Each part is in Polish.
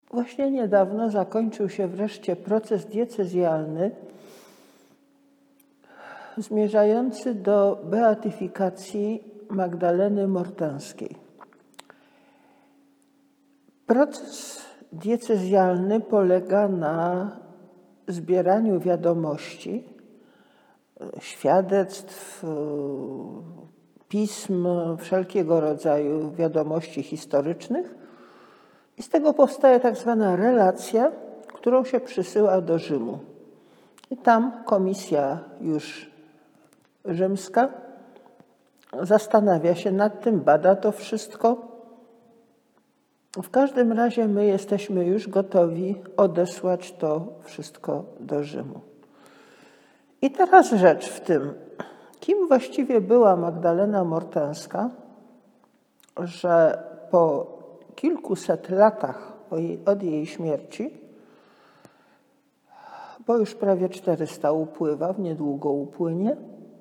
Właśnie niedawno zakończył się wreszcie proces diecezjalny zmierzający do beatyfikacji Magdaleny Mortańskiej. Proces diecezjalny polega na zbieraniu wiadomości, świadectw, pism, wszelkiego rodzaju wiadomości historycznych i z tego powstaje tak zwana relacja, którą się przysyła do Rzymu. I tam komisja już rzymska zastanawia się nad tym, bada to wszystko. W każdym razie my jesteśmy już gotowi odesłać to wszystko do Rzymu. I teraz rzecz w tym, kim właściwie była Magdalena Mortańska, że po kilkuset latach od jej śmierci, bo już prawie 400 upływa, niedługo upłynie,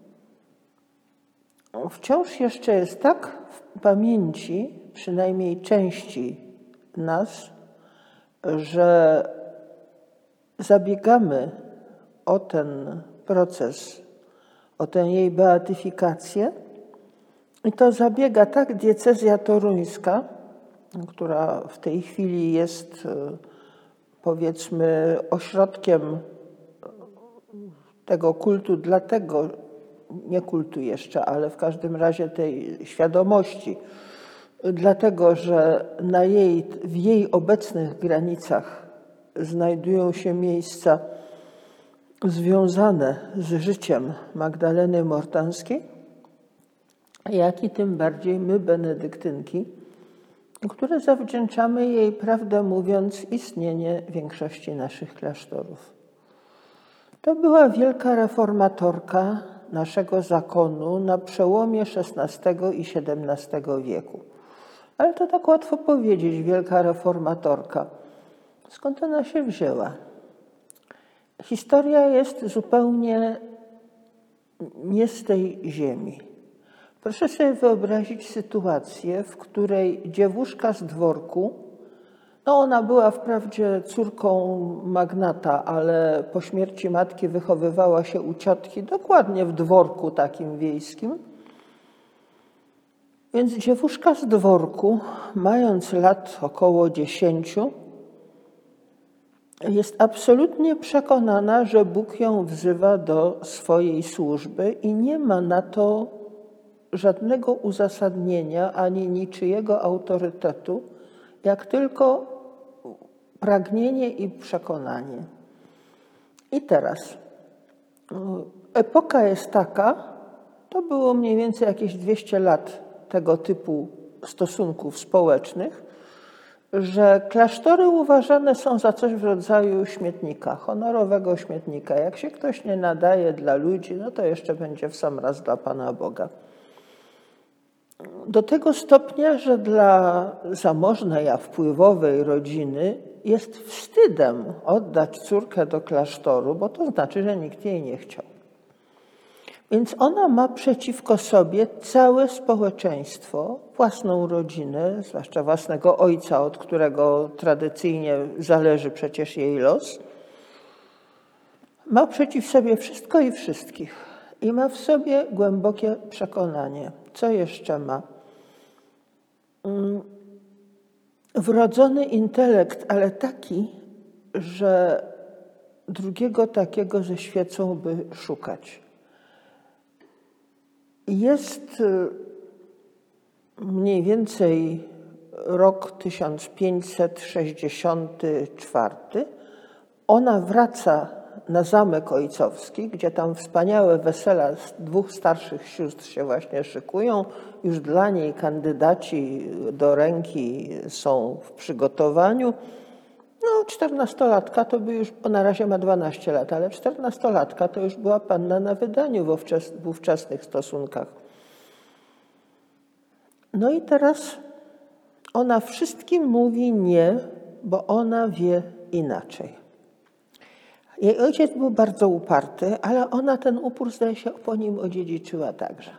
wciąż jeszcze jest tak w pamięci, przynajmniej części nas, że zabiegamy o ten proces, o tę jej beatyfikację. I to zabiega tak diecezja toruńska, która w tej chwili jest, powiedzmy, ośrodkiem tego kultu, dlatego nie kultu jeszcze, ale w każdym razie tej świadomości, dlatego że w jej obecnych granicach znajdują się miejsca związane z życiem Magdaleny Mortańskiej, jak i tym bardziej my, benedyktynki, które zawdzięczamy jej, prawdę mówiąc, istnienie większości naszych klasztorów. To była wielka reformatorka naszego zakonu na przełomie XVI i XVII wieku. Ale to tak łatwo powiedzieć, wielka reformatorka. Skąd ona się wzięła? Historia jest zupełnie nie z tej ziemi. Proszę sobie wyobrazić sytuację, w której dziewuszka z dworku, ona była wprawdzie córką magnata, ale po śmierci matki wychowywała się u ciotki, dokładnie w dworku takim wiejskim. Więc dziewuszka z dworku, mając lat około 10, jest absolutnie przekonana, że Bóg ją wzywa do swojej służby i nie ma na to żadnego uzasadnienia ani niczyjego autorytetu, jak tylko pragnienie i przekonanie. I teraz epoka jest taka, to było mniej więcej jakieś 200 lat tego typu stosunków społecznych, że klasztory uważane są za coś w rodzaju śmietnika, honorowego śmietnika. Jak się ktoś nie nadaje dla ludzi, to jeszcze będzie w sam raz dla Pana Boga. Do tego stopnia, że dla zamożnej, a wpływowej rodziny jest wstydem oddać córkę do klasztoru, bo to znaczy, że nikt jej nie chciał. Więc ona ma przeciwko sobie całe społeczeństwo, własną rodzinę, zwłaszcza własnego ojca, od którego tradycyjnie zależy przecież jej los. Ma przeciw sobie wszystko i wszystkich. I ma w sobie głębokie przekonanie. Co jeszcze ma? Wrodzony intelekt, ale taki, że drugiego takiego ze świecą by szukać. Jest mniej więcej rok 1564. Ona wraca na zamek ojcowski, gdzie tam wspaniałe wesela z 2 starszych sióstr się właśnie szykują. Już dla niej kandydaci do ręki są w przygotowaniu. 14-latka to by już, bo na razie ma 12 lat, ale 14-latka to już była panna na wydaniu w ówczesnych stosunkach. No i teraz ona wszystkim mówi nie, bo ona wie inaczej. Jej ojciec był bardzo uparty, ale ona ten upór, zdaje się, po nim odziedziczyła także.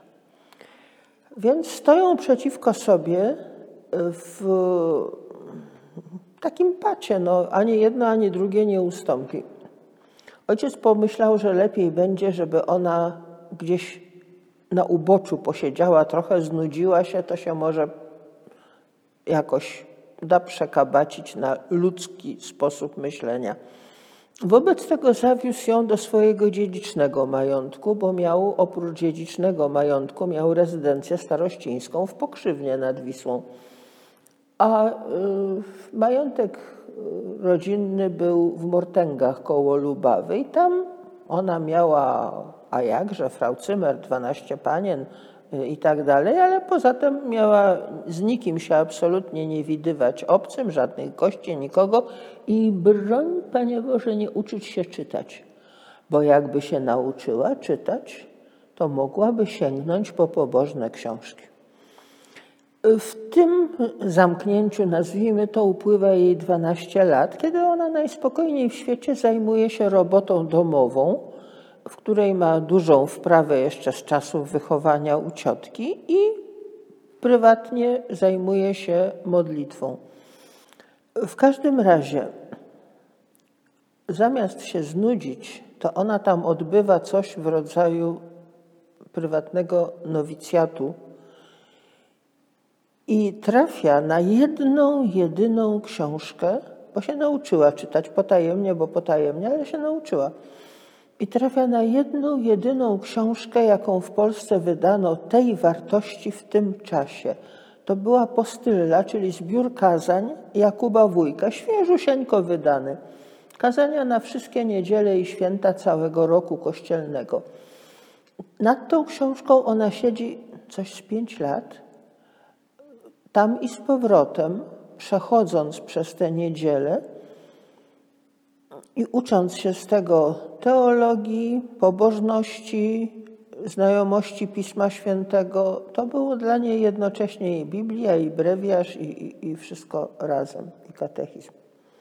Więc stoją przeciwko sobie w takim pacie, no, ani jedno, ani drugie nie ustąpi. Ojciec pomyślał, że lepiej będzie, żeby ona gdzieś na uboczu posiedziała trochę, znudziła się, to się może jakoś da przekabacić na ludzki sposób myślenia. Wobec tego zawiózł ją do swojego dziedzicznego majątku, bo miał oprócz dziedzicznego majątku miał rezydencję starościńską w Pokrzywnie nad Wisłą. A majątek rodzinny był w Mortęgach koło Lubawy i tam ona miała, a jakże, frau Cymer, 12 panien i tak dalej, ale poza tym miała z nikim się absolutnie nie widywać obcym, żadnych gości, nikogo i broń, Panie Boże, nie uczyć się czytać, bo jakby się nauczyła czytać, to mogłaby sięgnąć po pobożne książki. W tym zamknięciu, nazwijmy to, upływa jej 12 lat, kiedy ona najspokojniej w świecie zajmuje się robotą domową, w której ma dużą wprawę jeszcze z czasów wychowania u ciotki i prywatnie zajmuje się modlitwą. W każdym razie, zamiast się znudzić, to ona tam odbywa coś w rodzaju prywatnego nowicjatu i trafia na jedną, jedyną książkę, bo się nauczyła czytać potajemnie, ale się nauczyła. I trafia na jedną, jedyną książkę, jaką w Polsce wydano tej wartości w tym czasie. To była Postylla, czyli zbiór kazań Jakuba Wójka, świeżusieńko wydany. Kazania na wszystkie niedziele i święta całego roku kościelnego. Nad tą książką ona siedzi coś z 5 lat, tam i z powrotem, przechodząc przez te niedziele i ucząc się z tego teologii, pobożności, znajomości Pisma Świętego. To było dla niej jednocześnie i Biblia, i brewiarz, i wszystko razem, i katechizm.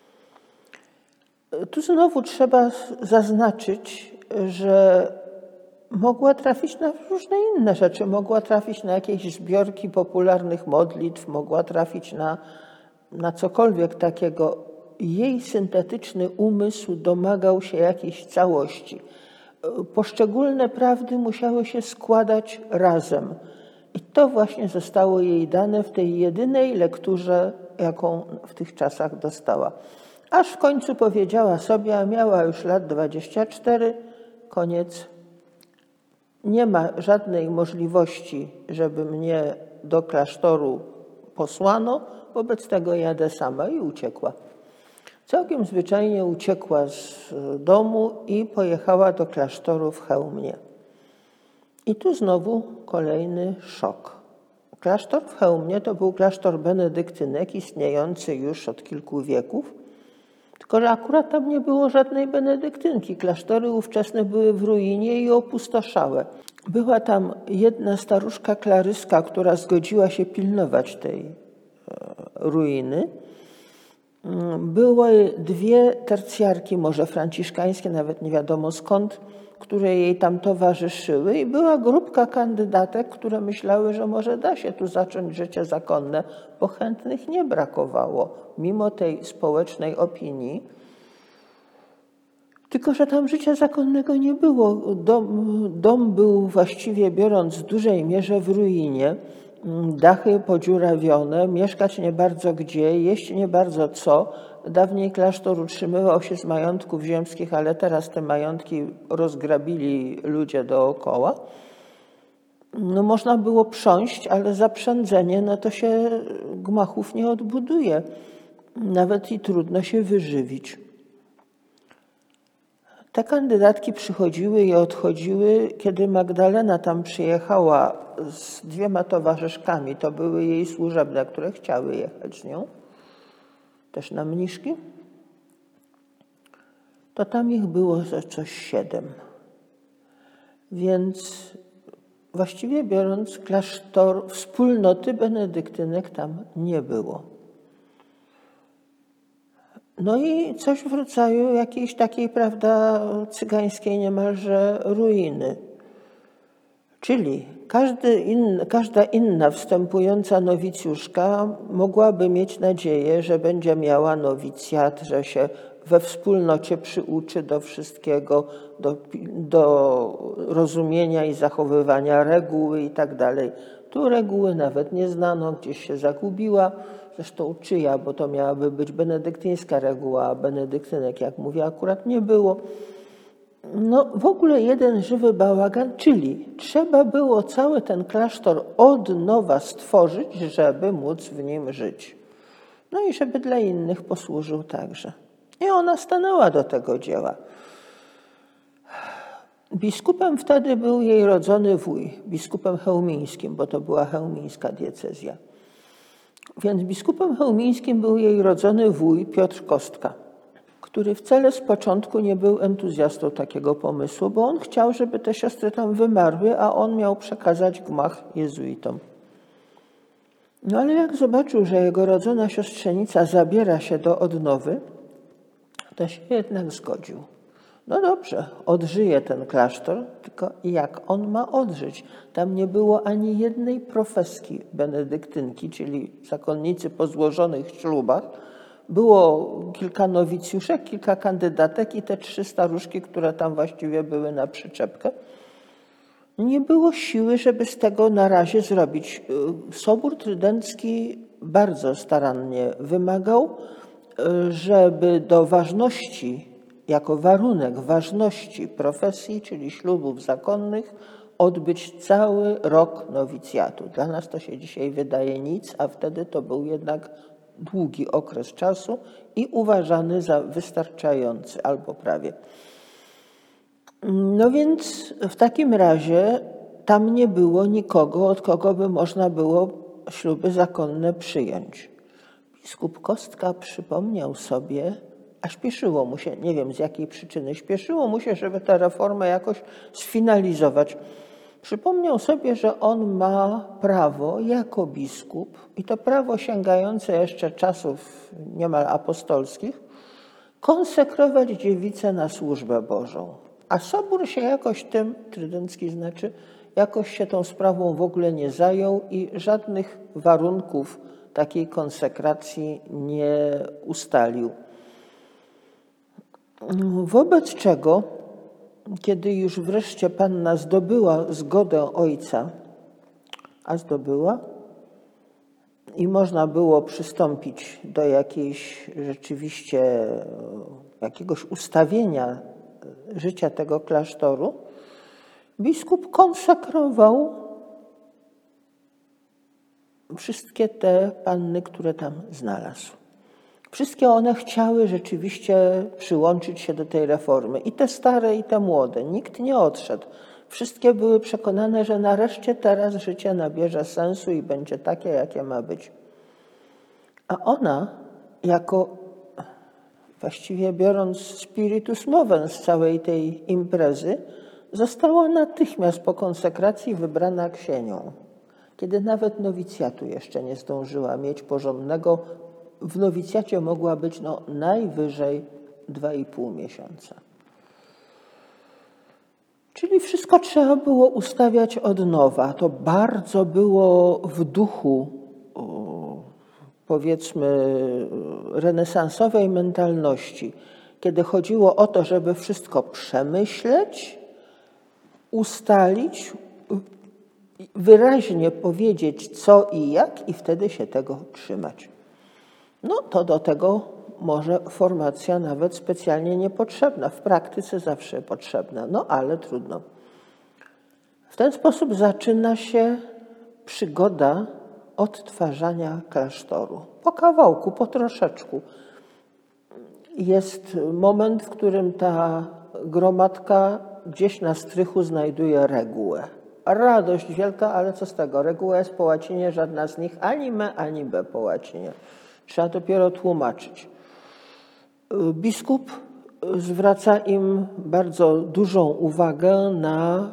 Tu znowu trzeba zaznaczyć, że mogła trafić na różne inne rzeczy. Mogła trafić na jakieś zbiorki popularnych modlitw, mogła trafić na cokolwiek takiego. Jej syntetyczny umysł domagał się jakiejś całości. Poszczególne prawdy musiały się składać razem. I to właśnie zostało jej dane w tej jedynej lekturze, jaką w tych czasach dostała. Aż w końcu powiedziała sobie, a miała już lat 24, koniec. Nie ma żadnej możliwości, żeby mnie do klasztoru posłano, wobec tego jadę sama i uciekła. Całkiem zwyczajnie uciekła z domu i pojechała do klasztoru w Chełmie. I tu znowu kolejny szok. Klasztor w Chełmie to był klasztor benedyktynek istniejący już od kilku wieków, tylko że akurat tam nie było żadnej benedyktynki. Klasztory ówczesne były w ruinie i opustoszałe. Była tam jedna staruszka klaryska, która zgodziła się pilnować tej ruiny. Były 2 tercjarki, może franciszkańskie, nawet nie wiadomo skąd, które jej tam towarzyszyły i była grupka kandydatek, które myślały, że może da się tu zacząć życie zakonne, bo chętnych nie brakowało, mimo tej społecznej opinii. Tylko że tam życia zakonnego nie było. Dom był właściwie biorąc w dużej mierze w ruinie. Dachy podziurawione, mieszkać nie bardzo gdzie, jeść nie bardzo co. Dawniej klasztor utrzymywał się z majątków ziemskich, ale teraz te majątki rozgrabili ludzie dookoła. No można było prząść, ale zaprzędzenie, no to się gmachów nie odbuduje. Nawet i trudno się wyżywić. Te kandydatki przychodziły i odchodziły. Kiedy Magdalena tam przyjechała z 2 towarzyszkami, to były jej służebne, które chciały jechać z nią, też na mniszki, to tam ich było coś 7. Więc właściwie biorąc, wspólnoty benedyktynek tam nie było. No i coś w rodzaju jakiejś takiej, prawda, cygańskiej niemalże ruiny. Czyli każda inna wstępująca nowicjuszka mogłaby mieć nadzieję, że będzie miała nowicjat, że się we wspólnocie przyuczy do wszystkiego, do rozumienia i zachowywania reguły i tak dalej. Tu reguły nawet nie znano, gdzieś się zagubiła. Zresztą czyja, bo to miałaby być benedyktyńska reguła, a benedyktynek, jak mówię, akurat nie było. No w ogóle jeden żywy bałagan, czyli trzeba było cały ten klasztor od nowa stworzyć, żeby móc w nim żyć. No i żeby dla innych posłużył także. I ona stanęła do tego dzieła. Biskupem wtedy był jej rodzony wuj, biskupem chełmińskim, bo to była chełmińska diecezja. Więc biskupem chełmińskim był jej rodzony wuj Piotr Kostka, który wcale z początku nie był entuzjastą takiego pomysłu, bo on chciał, żeby te siostry tam wymarły, a on miał przekazać gmach jezuitom. No ale jak zobaczył, że jego rodzona siostrzenica zabiera się do odnowy, to się jednak zgodził. No dobrze, odżyje ten klasztor, tylko jak on ma odżyć? Tam nie było ani jednej profeski benedyktynki, czyli zakonnicy po złożonych ślubach. Było kilka nowicjuszek, kilka kandydatek i te 3 staruszki, które tam właściwie były na przyczepkę. Nie było siły, żeby z tego na razie zrobić. Sobór Trydencki bardzo starannie wymagał, żeby do ważności, jako warunek ważności profesji, czyli ślubów zakonnych, odbyć cały rok nowicjatu. Dla nas to się dzisiaj wydaje nic, a wtedy to był jednak długi okres czasu i uważany za wystarczający, albo prawie. No więc w takim razie tam nie było nikogo, od kogo by można było śluby zakonne przyjąć. Biskup Kostka przypomniał sobie, a śpieszyło mu się, nie wiem z jakiej przyczyny, śpieszyło mu się, żeby tę reformę jakoś sfinalizować. Przypomniał sobie, że on ma prawo jako biskup, i to prawo sięgające jeszcze czasów niemal apostolskich, konsekrować dziewicę na służbę Bożą. A Sobór się jakoś tym, Trydencki znaczy, jakoś się tą sprawą w ogóle nie zajął i żadnych warunków takiej konsekracji nie ustalił. Wobec czego, kiedy już wreszcie panna zdobyła zgodę ojca, a zdobyła, i można było przystąpić do jakiejś rzeczywiście jakiegoś ustawienia życia tego klasztoru, biskup konsekrował wszystkie te panny, które tam znalazł. Wszystkie one chciały rzeczywiście przyłączyć się do tej reformy. I te stare, i te młode. Nikt nie odszedł. Wszystkie były przekonane, że nareszcie teraz życie nabierze sensu i będzie takie, jakie ma być. A ona, jako właściwie biorąc spiritus movens z całej tej imprezy, została natychmiast po konsekracji wybrana ksienią. Kiedy nawet nowicjatu jeszcze nie zdążyła mieć porządnego, w nowicjacie mogła być najwyżej 2,5 miesiąca. Czyli wszystko trzeba było ustawiać od nowa. To bardzo było w duchu, powiedzmy, renesansowej mentalności, kiedy chodziło o to, żeby wszystko przemyśleć, ustalić, wyraźnie powiedzieć co i jak i wtedy się tego trzymać. No to do tego może formacja nawet specjalnie niepotrzebna, w praktyce zawsze potrzebna, no ale trudno. W ten sposób zaczyna się przygoda odtwarzania klasztoru. Po kawałku, po troszeczku. Jest moment, w którym ta gromadka gdzieś na strychu znajduje regułę. Radość wielka, ale co z tego? Reguła jest po łacinie, żadna z nich ani me, ani b po łacinie. Trzeba dopiero tłumaczyć. Biskup zwraca im bardzo dużą uwagę na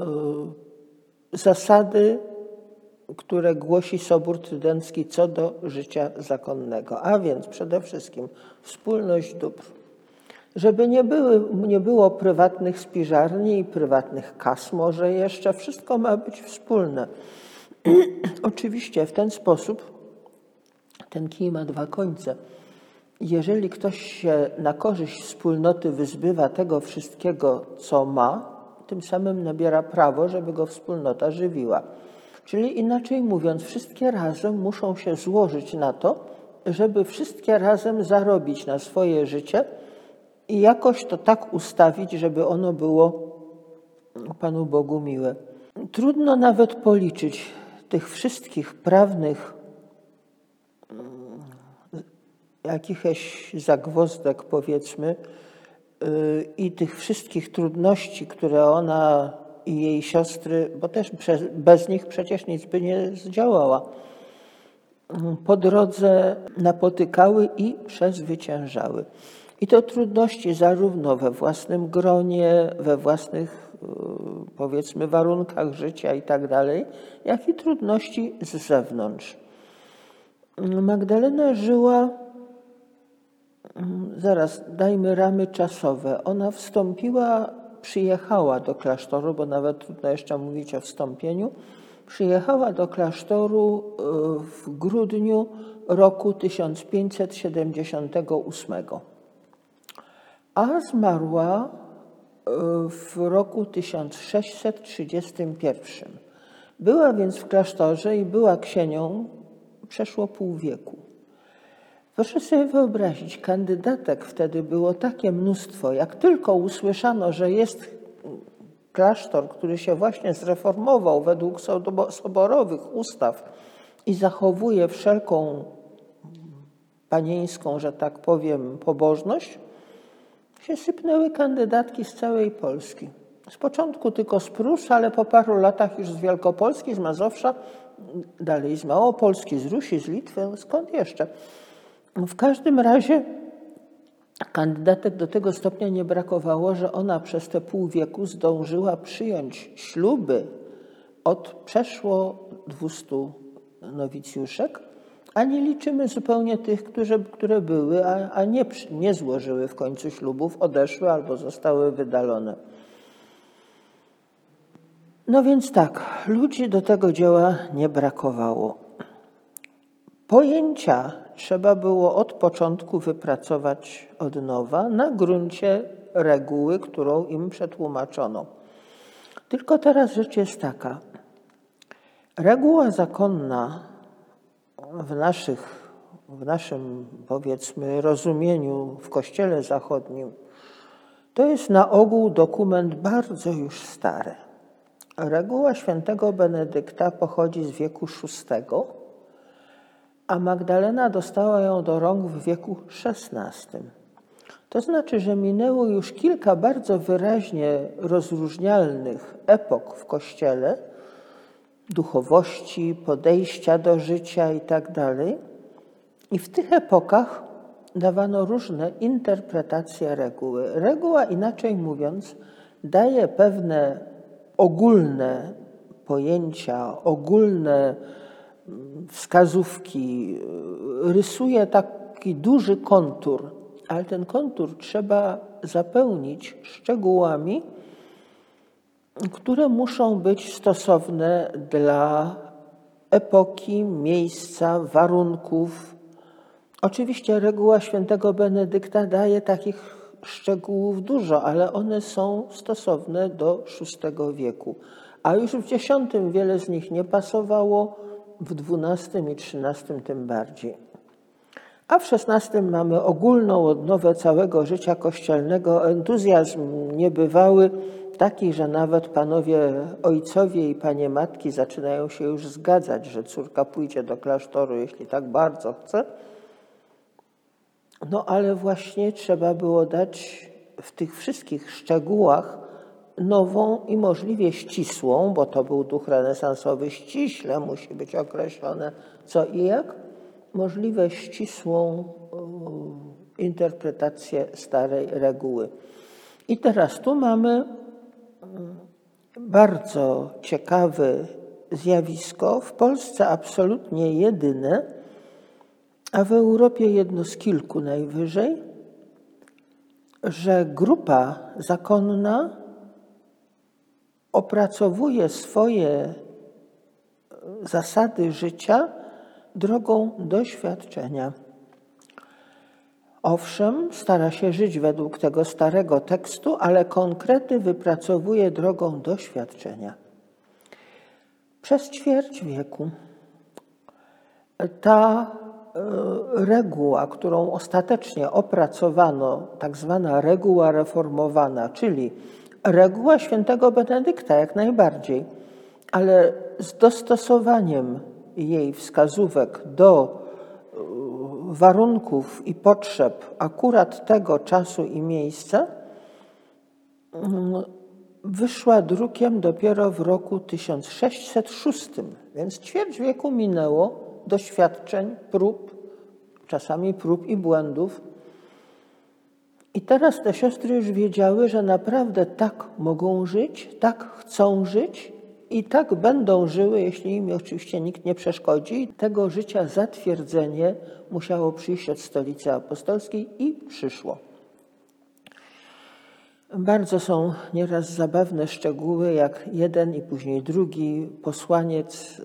zasady, które głosi Sobór Trydencki co do życia zakonnego, a więc przede wszystkim wspólność dóbr. Żeby nie było prywatnych spiżarni i prywatnych kas może jeszcze, wszystko ma być wspólne. Oczywiście w ten sposób ten kij ma dwa końce. Jeżeli ktoś się na korzyść wspólnoty wyzbywa tego wszystkiego, co ma, tym samym nabiera prawo, żeby go wspólnota żywiła. Czyli inaczej mówiąc, wszystkie razem muszą się złożyć na to, żeby wszystkie razem zarobić na swoje życie i jakoś to tak ustawić, żeby ono było Panu Bogu miłe. Trudno nawet policzyć tych wszystkich prawnych jakichś zagwozdek, powiedzmy, i tych wszystkich trudności, które ona i jej siostry, bo też bez nich przecież nic by nie zdziałała, po drodze napotykały i przezwyciężały. I to trudności zarówno we własnym gronie, we własnych, powiedzmy, warunkach życia i tak dalej, jak i trudności z zewnątrz. Magdalena żyła, zaraz dajmy ramy czasowe, ona przyjechała do klasztoru, bo nawet trudno jeszcze mówić o wstąpieniu, przyjechała do klasztoru w grudniu roku 1578, a zmarła w roku 1631. Była więc w klasztorze i była ksienią przeszło pół wieku. Proszę sobie wyobrazić, kandydatek wtedy było takie mnóstwo. Jak tylko usłyszano, że jest klasztor, który się właśnie zreformował według soborowych ustaw i zachowuje wszelką panieńską, że tak powiem, pobożność, się sypnęły kandydatki z całej Polski. Z początku tylko z Prus, ale po paru latach już z Wielkopolski, z Mazowsza, dalej z Małopolski, z Rusi, z Litwy, skąd jeszcze. W każdym razie kandydatek do tego stopnia nie brakowało, że ona przez te pół wieku zdążyła przyjąć śluby od przeszło 200 nowicjuszek, a nie liczymy zupełnie tych, które były, a nie złożyły w końcu ślubów, odeszły albo zostały wydalone. No więc tak, ludzi do tego dzieła nie brakowało. Pojęcia trzeba było od początku wypracować od nowa na gruncie reguły, którą im przetłumaczono. Tylko teraz rzecz jest taka. Reguła zakonna w naszym, powiedzmy, rozumieniu w Kościele Zachodnim to jest na ogół dokument bardzo już stary. Reguła świętego Benedykta pochodzi z wieku VI, a Magdalena dostała ją do rąk w wieku XVI. To znaczy, że minęło już kilka bardzo wyraźnie rozróżnialnych epok w Kościele, duchowości, podejścia do życia itd. I w tych epokach dawano różne interpretacje reguły. Reguła, inaczej mówiąc, daje pewne ogólne pojęcia, ogólne wskazówki, rysuje taki duży kontur, ale ten kontur trzeba zapełnić szczegółami, które muszą być stosowne dla epoki, miejsca, warunków. Oczywiście reguła świętego Benedykta daje takich szczegółów dużo, ale one są stosowne do VI wieku. A już w X wiele z nich nie pasowało, w XII i XIII tym bardziej. A w XVI mamy ogólną odnowę całego życia kościelnego, entuzjazm niebywały, taki, że nawet panowie ojcowie i panie matki zaczynają się już zgadzać, że córka pójdzie do klasztoru, jeśli tak bardzo chce. No ale właśnie trzeba było dać w tych wszystkich szczegółach nową i możliwie ścisłą, bo to był duch renesansowy, ściśle musi być określone co i jak, możliwie ścisłą interpretację starej reguły. I teraz tu mamy bardzo ciekawe zjawisko, w Polsce absolutnie jedyne, a w Europie jedno z kilku najwyżej, że grupa zakonna opracowuje swoje zasady życia drogą doświadczenia. Owszem, stara się żyć według tego starego tekstu, ale konkrety wypracowuje drogą doświadczenia. Przez ćwierć wieku ta reguła, którą ostatecznie opracowano, tak zwana reguła reformowana, czyli reguła świętego Benedykta jak najbardziej, ale z dostosowaniem jej wskazówek do warunków i potrzeb akurat tego czasu i miejsca, wyszła drukiem dopiero w roku 1606, więc ćwierć wieku minęło doświadczeń, prób, czasami prób i błędów. I teraz te siostry już wiedziały, że naprawdę tak mogą żyć, tak chcą żyć i tak będą żyły, jeśli im oczywiście nikt nie przeszkodzi. Tego życia zatwierdzenie musiało przyjść od Stolicy Apostolskiej i przyszło. Bardzo są nieraz zabawne szczegóły, jak jeden i później drugi posłaniec,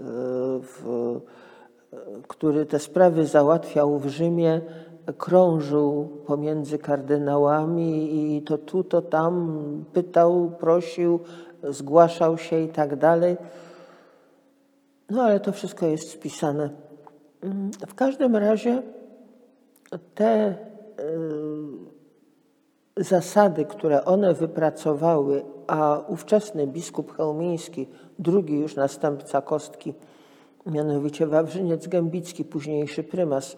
który te sprawy załatwiał w Rzymie, krążył pomiędzy kardynałami i to tu, to tam, pytał, prosił, zgłaszał się i tak dalej. No ale to wszystko jest spisane. W każdym razie te zasady, które one wypracowały, a ówczesny biskup chełmiński, drugi już następca Kostki, mianowicie Wawrzyniec Gębicki, późniejszy prymas,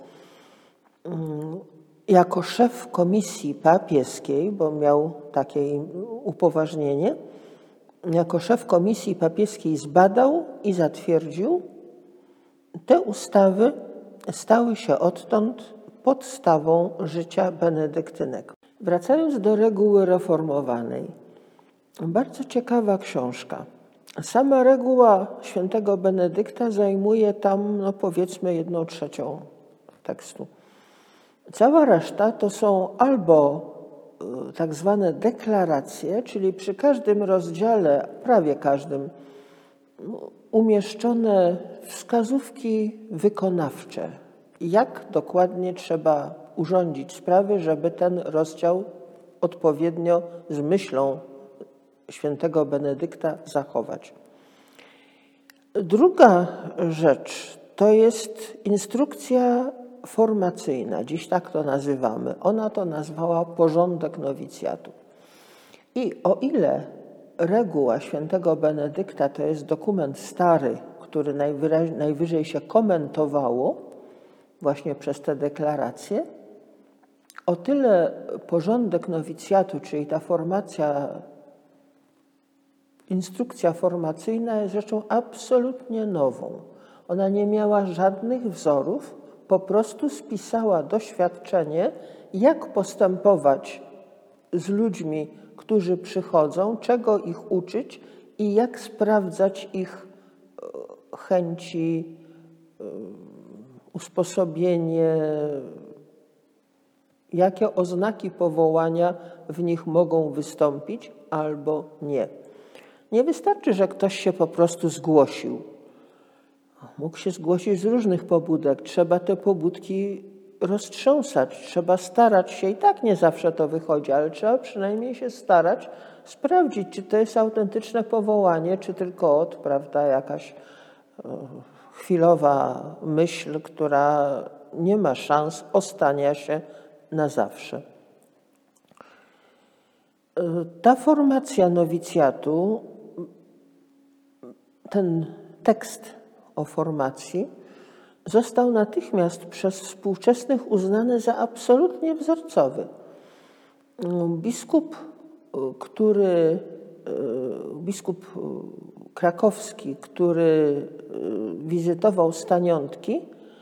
jako szef komisji papieskiej, bo miał takie upoważnienie, jako szef komisji papieskiej zbadał i zatwierdził, te ustawy stały się odtąd podstawą życia benedyktynek. Wracając do reguły reformowanej, bardzo ciekawa książka. Sama reguła świętego Benedykta zajmuje tam, no powiedzmy, 1/3 tekstu. Cała reszta to są albo tak zwane deklaracje, czyli przy każdym rozdziale, prawie każdym, umieszczone wskazówki wykonawcze. Jak dokładnie trzeba urządzić sprawy, żeby ten rozdział odpowiednio z myślą świętego Benedykta zachować. Druga rzecz to jest instrukcja formacyjna, dziś tak to nazywamy. Ona to nazwała porządek nowicjatu. I o ile reguła świętego Benedykta to jest dokument stary, który najwyżej się komentowało właśnie przez te deklaracje, o tyle porządek nowicjatu, czyli ta instrukcja formacyjna jest rzeczą absolutnie nową. Ona nie miała żadnych wzorów, po prostu spisała doświadczenie, jak postępować z ludźmi, którzy przychodzą, czego ich uczyć i jak sprawdzać ich chęci, usposobienie, jakie oznaki powołania w nich mogą wystąpić albo nie. Nie wystarczy, że ktoś się po prostu zgłosił. Mógł się zgłosić z różnych pobudek. Trzeba te pobudki roztrząsać, trzeba starać się. I tak nie zawsze to wychodzi, ale trzeba przynajmniej się starać, sprawdzić, czy to jest autentyczne powołanie, czy tylko jakaś chwilowa myśl, która nie ma szans ostania się na zawsze. Ta formacja nowicjatu, ten tekst o formacji został natychmiast przez współczesnych uznany za absolutnie wzorcowy. Biskup krakowski, który wizytował Staniątki,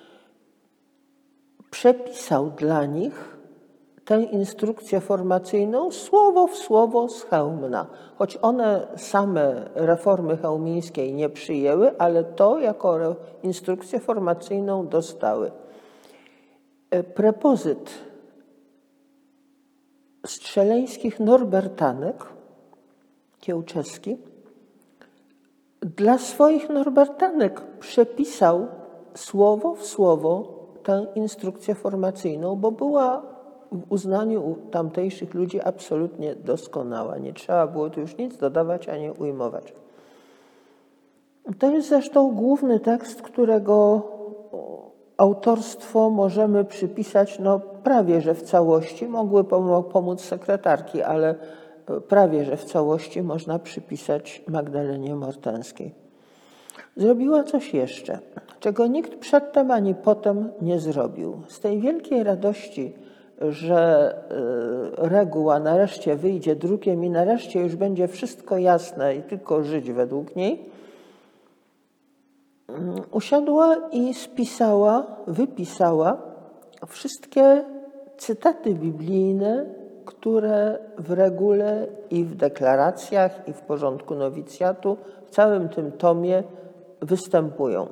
przepisał dla nich tę instrukcję formacyjną słowo w słowo z Chełmna. Choć one same reformy chełmińskiej nie przyjęły, ale to jako instrukcję formacyjną dostały. Prepozyt z szeleńskich norbertanek, Kiełczeski, dla swoich norbertanek przepisał słowo w słowo tę instrukcję formacyjną, bo była w uznaniu tamtejszych ludzi absolutnie doskonała. Nie trzeba było tu już nic dodawać ani ujmować. To jest zresztą główny tekst, którego autorstwo możemy przypisać prawie że w całości. Mogły pomóc sekretarki, ale prawie że w całości można przypisać Magdalenie Mortenskiej. Zrobiła coś jeszcze, czego nikt przedtem ani potem nie zrobił. Z tej wielkiej radości, że reguła nareszcie wyjdzie drukiem i nareszcie już będzie wszystko jasne i tylko żyć według niej, usiadła i wypisała wszystkie cytaty biblijne, które w regule i w deklaracjach i w porządku nowicjatu, w całym tym tomie występują.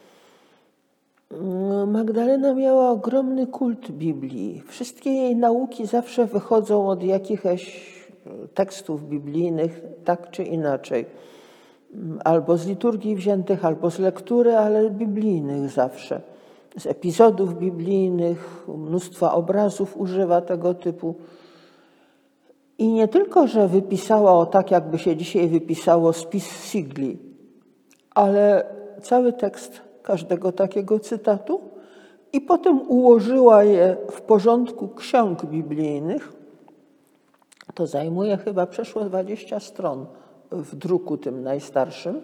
Magdalena miała ogromny kult Biblii. Wszystkie jej nauki zawsze wychodzą od jakichś tekstów biblijnych, tak czy inaczej. Albo z liturgii wziętych, albo z lektury, ale biblijnych zawsze. Z epizodów biblijnych, mnóstwa obrazów używa tego typu. I nie tylko, że wypisała tak, jakby się dzisiaj wypisało spis Sigli, ale cały tekst każdego takiego cytatu i potem ułożyła je w porządku ksiąg biblijnych. To zajmuje chyba przeszło 20 stron w druku tym najstarszym.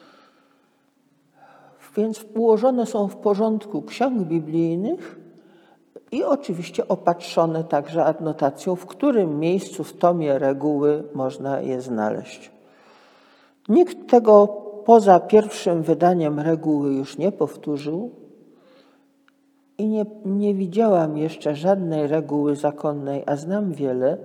Więc ułożone są w porządku ksiąg biblijnych i oczywiście opatrzone także adnotacją, w którym miejscu w tomie reguły można je znaleźć. Nikt tego poza pierwszym wydaniem reguły już nie powtórzył i nie widziałam jeszcze żadnej reguły zakonnej, a znam wiele,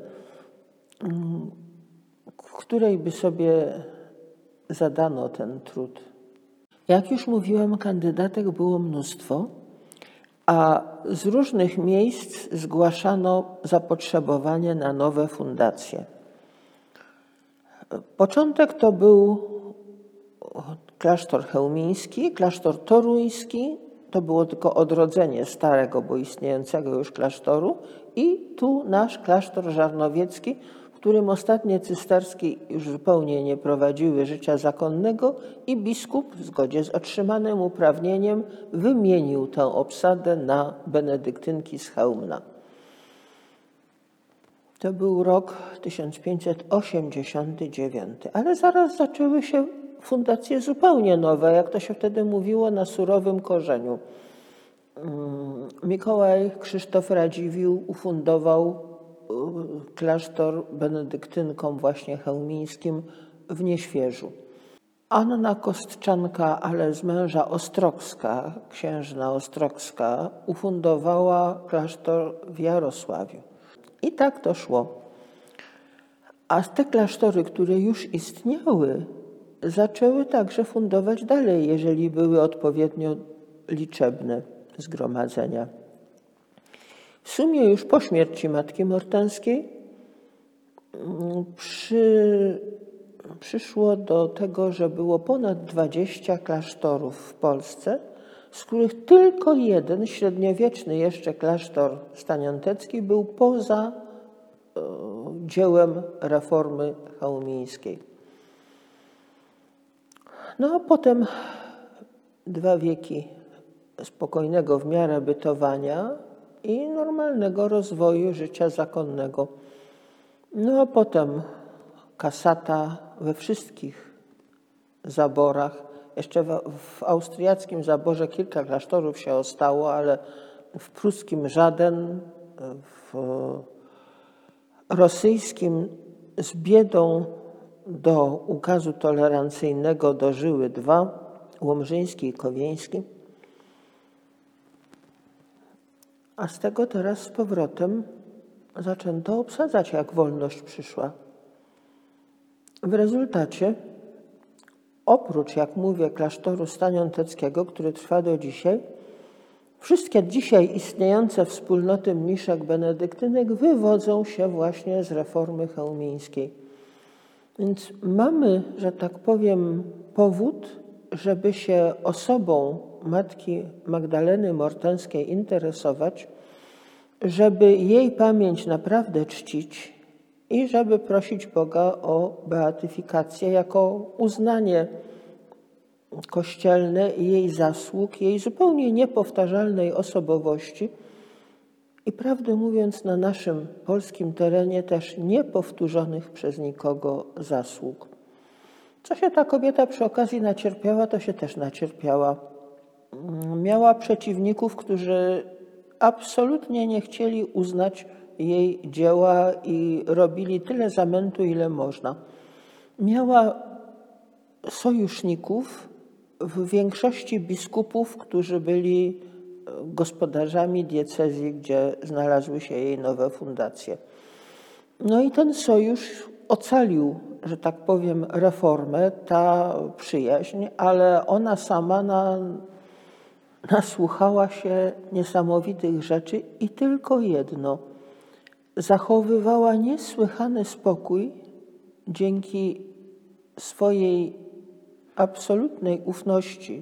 w której by sobie zadano ten trud. Jak już mówiłam, kandydatek było mnóstwo, a z różnych miejsc zgłaszano zapotrzebowanie na nowe fundacje. Początek to był klasztor chełmiński, klasztor toruński, to było tylko odrodzenie starego, bo istniejącego już klasztoru, i tu nasz klasztor żarnowiecki, w którym ostatnie cysterski już zupełnie nie prowadziły życia zakonnego i biskup w zgodzie z otrzymanym uprawnieniem wymienił tę obsadę na benedyktynki z Chełmna. To był rok 1589, ale zaraz zaczęły się fundacje zupełnie nowe, jak to się wtedy mówiło, na surowym korzeniu. Mikołaj Krzysztof Radziwiłł ufundował klasztor benedyktynkom właśnie chełmińskim w Nieświeżu. Anna Kostrzanka, ale z męża Ostrogska, księżna Ostrogska, ufundowała klasztor w Jarosławiu. I tak to szło. A te klasztory, które już istniały, zaczęły także fundować dalej, jeżeli były odpowiednio liczebne zgromadzenia. W sumie już po śmierci matki Mortenskiej przyszło do tego, że było ponad 20 klasztorów w Polsce, z których tylko jeden, średniowieczny jeszcze klasztor staniątecki, był poza dziełem reformy chełmińskiej. No a potem 2 wieki spokojnego w miarę bytowania i normalnego rozwoju życia zakonnego. No a potem kasata we wszystkich zaborach. Jeszcze w austriackim zaborze kilka klasztorów się ostało, ale w pruskim żaden, w rosyjskim z biedą do ukazu tolerancyjnego dożyły 2, łomżyński i kowieński. A z tego teraz z powrotem zaczęto obsadzać, jak wolność przyszła. W rezultacie, oprócz, jak mówię, klasztoru staniąteckiego, który trwa do dzisiaj, Wszystkie dzisiaj istniejące wspólnoty mniszek benedyktynek wywodzą się właśnie z reformy chełmińskiej. Więc mamy, że tak powiem, powód, żeby się osobą matki Magdaleny Mortenskiej interesować, żeby jej pamięć naprawdę czcić i żeby prosić Boga o beatyfikację jako uznanie kościelne jej zasług, jej zupełnie niepowtarzalnej osobowości i prawdę mówiąc na naszym polskim terenie też niepowtórzonych przez nikogo zasług. Co się ta kobieta przy okazji nacierpiała, to się też nacierpiała. Miała przeciwników, którzy absolutnie nie chcieli uznać jej dzieła i robili tyle zamętu, ile można. Miała sojuszników, w większości biskupów, którzy byli gospodarzami diecezji, gdzie znalazły się jej nowe fundacje. No i ten sojusz ocalił, że tak powiem, reformę, ta przyjaźń, ale ona sama nasłuchała się niesamowitych rzeczy i tylko jedno. Zachowywała niesłychany spokój dzięki swojej absolutnej ufności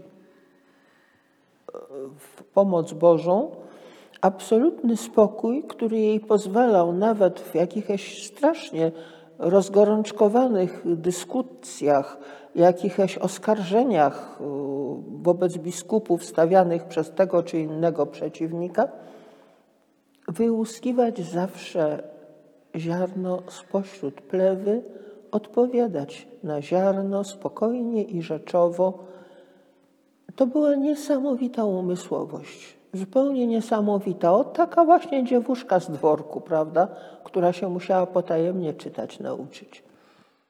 w pomoc Bożą, absolutny spokój, który jej pozwalał nawet w jakichś strasznie rozgorączkowanych dyskusjach, jakichś oskarżeniach wobec biskupów stawianych przez tego czy innego przeciwnika, wyłuskiwać zawsze ziarno spośród plewy, odpowiadać na ziarno spokojnie i rzeczowo. To była niesamowita umysłowość, zupełnie niesamowita. O, taka właśnie dziewuszka z dworku, prawda, która się musiała potajemnie czytać nauczyć.